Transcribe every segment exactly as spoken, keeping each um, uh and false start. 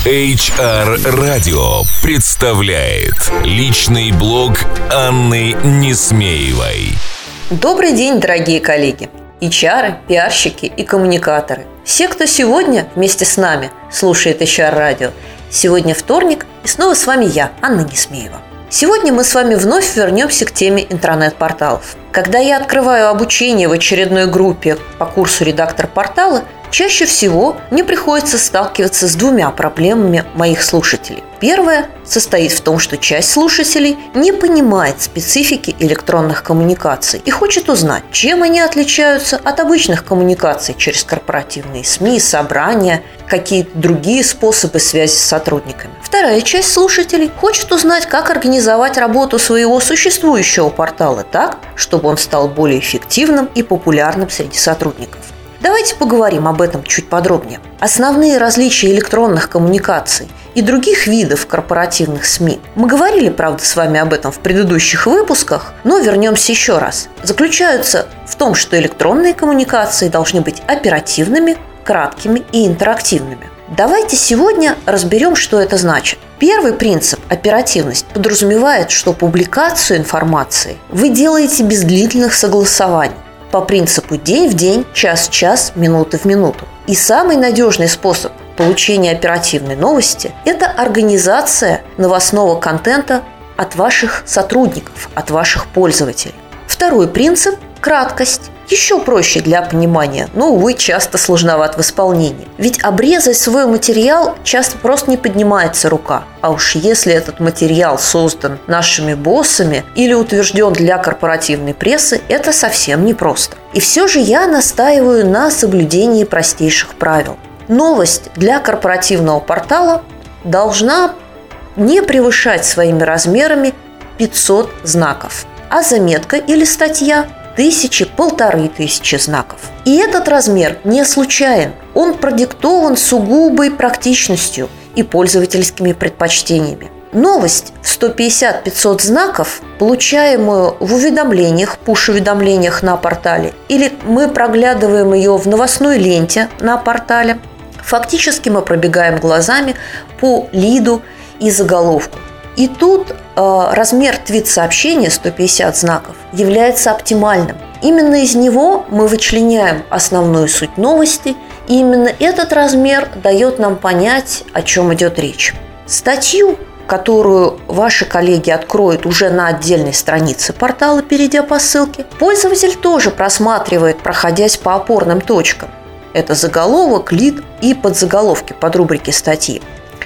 эйч ар-радио представляет личный блог Анны Несмеевой. Добрый день, дорогие коллеги, эйч ар, пиарщики и коммуникаторы. Все, кто сегодня вместе с нами слушает эйч ар-радио. Сегодня вторник, и снова с вами я, Анна Несмеева. Сегодня мы с вами вновь вернемся к теме интернет-порталов. Когда я открываю обучение в очередной группе по курсу «Редактор портала», чаще всего мне приходится сталкиваться с двумя проблемами моих слушателей. Первая состоит в том, что часть слушателей не понимает специфики электронных коммуникаций и хочет узнать, чем они отличаются от обычных коммуникаций через корпоративные СМИ, собрания, какие-то другие способы связи с сотрудниками. Вторая часть слушателей хочет узнать, как организовать работу своего существующего портала так, чтобы он стал более эффективным и популярным среди сотрудников. Давайте поговорим об этом чуть подробнее. Основные различия электронных коммуникаций и других видов корпоративных СМИ. Мы говорили, правда, с вами об этом в предыдущих выпусках, но вернемся еще раз. Заключаются в том, что электронные коммуникации должны быть оперативными, краткими и интерактивными. Давайте сегодня разберем, что это значит. Первый принцип – оперативность – подразумевает, что публикацию информации вы делаете без длительных согласований, по принципу день в день, час в час, минуты в минуту. И самый надежный способ получения оперативной новости – это организация новостного контента от ваших сотрудников, от ваших пользователей. Второй принцип – краткость. Еще проще для понимания, но, увы, часто сложноват в исполнении. Ведь обрезать свой материал часто просто не поднимается рука. А уж если этот материал создан нашими боссами или утвержден для корпоративной прессы, это совсем непросто. И все же я настаиваю на соблюдении простейших правил. Новость для корпоративного портала должна не превышать своими размерами пятьсот знаков, а заметка или статья – тысячи, полторы тысячи знаков. И этот размер не случайен. Он продиктован сугубой практичностью и пользовательскими предпочтениями. Новость в сто пятьдесят - пятьсот знаков, получаемую в уведомлениях, пуш-уведомлениях на портале, или мы проглядываем ее в новостной ленте на портале, фактически мы пробегаем глазами по лиду и заголовку. И тут э, размер твит-сообщения сто пятьдесят знаков является оптимальным. Именно из него мы вычленяем основную суть новости, и именно этот размер дает нам понять, о чем идет речь. Статью, которую ваши коллеги откроют уже на отдельной странице портала, перейдя по ссылке, пользователь тоже просматривает, проходясь по опорным точкам. Это заголовок, лид и подзаголовки под рубрики статьи.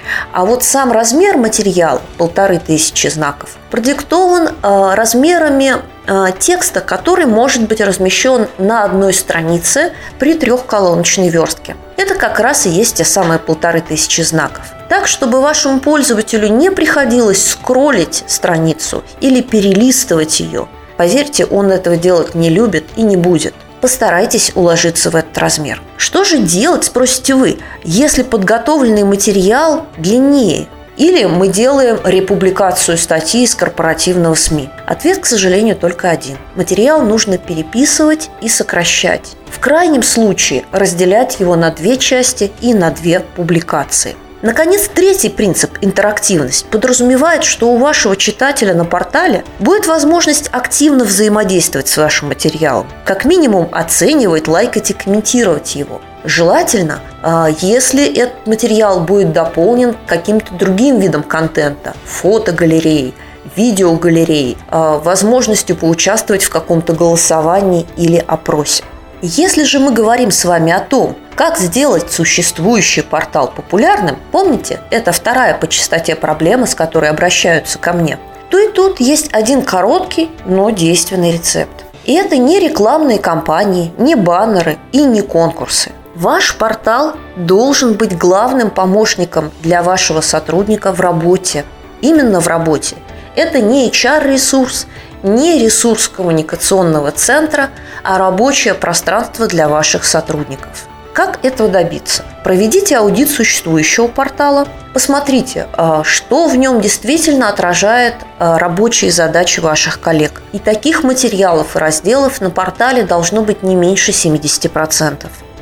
А вот сам размер материала, полторы тысячи знаков, продиктован э, размерами э, текста, который может быть размещен на одной странице при трехколоночной верстке. Это как раз и есть те самые полторы тысячи знаков. Так, чтобы вашему пользователю не приходилось скроллить страницу или перелистывать ее. Поверьте, он этого делать не любит и не будет. Постарайтесь уложиться в этот размер. Что же делать, спросите вы, если подготовленный материал длиннее? Или мы делаем републикацию статьи из корпоративного СМИ? Ответ, к сожалению, только один. Материал нужно переписывать и сокращать. В крайнем случае разделять его на две части и на две публикации. Наконец, третий принцип – интерактивность – подразумевает, что у вашего читателя на портале будет возможность активно взаимодействовать с вашим материалом, как минимум оценивать, лайкать и комментировать его. Желательно, если этот материал будет дополнен каким-то другим видом контента – фотогалереей, видеогалереей, возможностью поучаствовать в каком-то голосовании или опросе. Если же мы говорим с вами о том, как сделать существующий портал популярным, помните, это вторая по частоте проблема, с которой обращаются ко мне, то и тут есть один короткий, но действенный рецепт. И это не рекламные кампании, не баннеры и не конкурсы. Ваш портал должен быть главным помощником для вашего сотрудника в работе. Именно в работе. Это не эйч ар-ресурс, не ресурс коммуникационного центра, а рабочее пространство для ваших сотрудников. Как этого добиться? Проведите аудит существующего портала, посмотрите, что в нем действительно отражает рабочие задачи ваших коллег. И таких материалов и разделов на портале должно быть не меньше семьдесят процентов.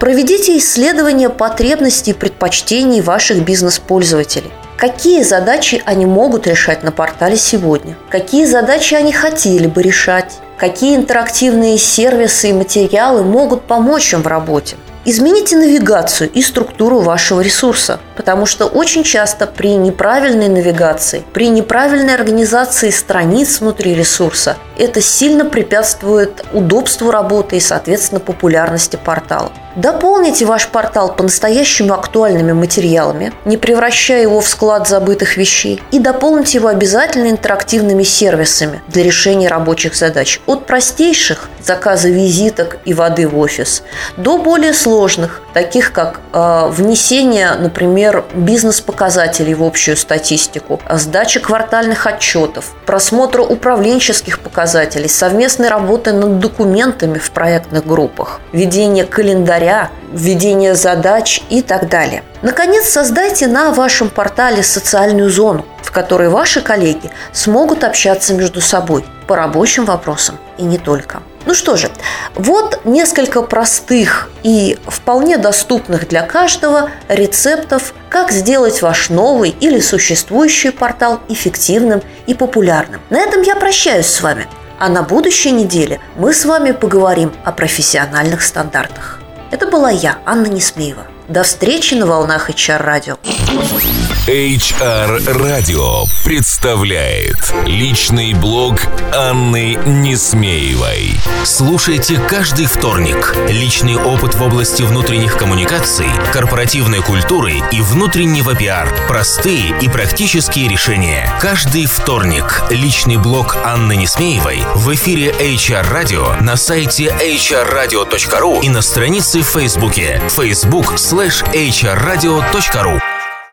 Проведите исследование потребностей и предпочтений ваших бизнес-пользователей. Какие задачи они могут решать на портале сегодня? Какие задачи они хотели бы решать? Какие интерактивные сервисы и материалы могут помочь им в работе? Измените навигацию и структуру вашего ресурса, потому что очень часто при неправильной навигации, при неправильной организации страниц внутри ресурса это сильно препятствует удобству работы и, соответственно, популярности портала. Дополните ваш портал по-настоящему актуальными материалами, не превращая его в склад забытых вещей, и дополните его обязательно интерактивными сервисами для решения рабочих задач. От простейших – заказа визиток и воды в офис, до более сложных, таких как э, внесение, например, бизнес-показателей в общую статистику, сдача квартальных отчетов, просмотр управленческих показателей, совместной работы над документами в проектных группах, ведение календаря, введение задач и так далее. Наконец, создайте на вашем портале социальную зону, в которой ваши коллеги смогут общаться между собой по рабочим вопросам и не только. Ну что же, вот несколько простых и вполне доступных для каждого рецептов, как сделать ваш новый или существующий портал эффективным и популярным. На этом я прощаюсь с вами, а на будущей неделе мы с вами поговорим о профессиональных стандартах. Это была я, Анна Несмеева. До встречи на волнах эйч ар-радио. эйч ар-радио представляет личный блог Анны Несмеевой. Слушайте каждый вторник. Личный опыт в области внутренних коммуникаций, корпоративной культуры и внутреннего пиар. Простые и практические решения. Каждый вторник. Личный блог Анны Несмеевой в эфире эйч ар-радио, на сайте эйч ар радио точка ру и на странице в Фейсбуке facebook слэш эйч ар радио точка ру.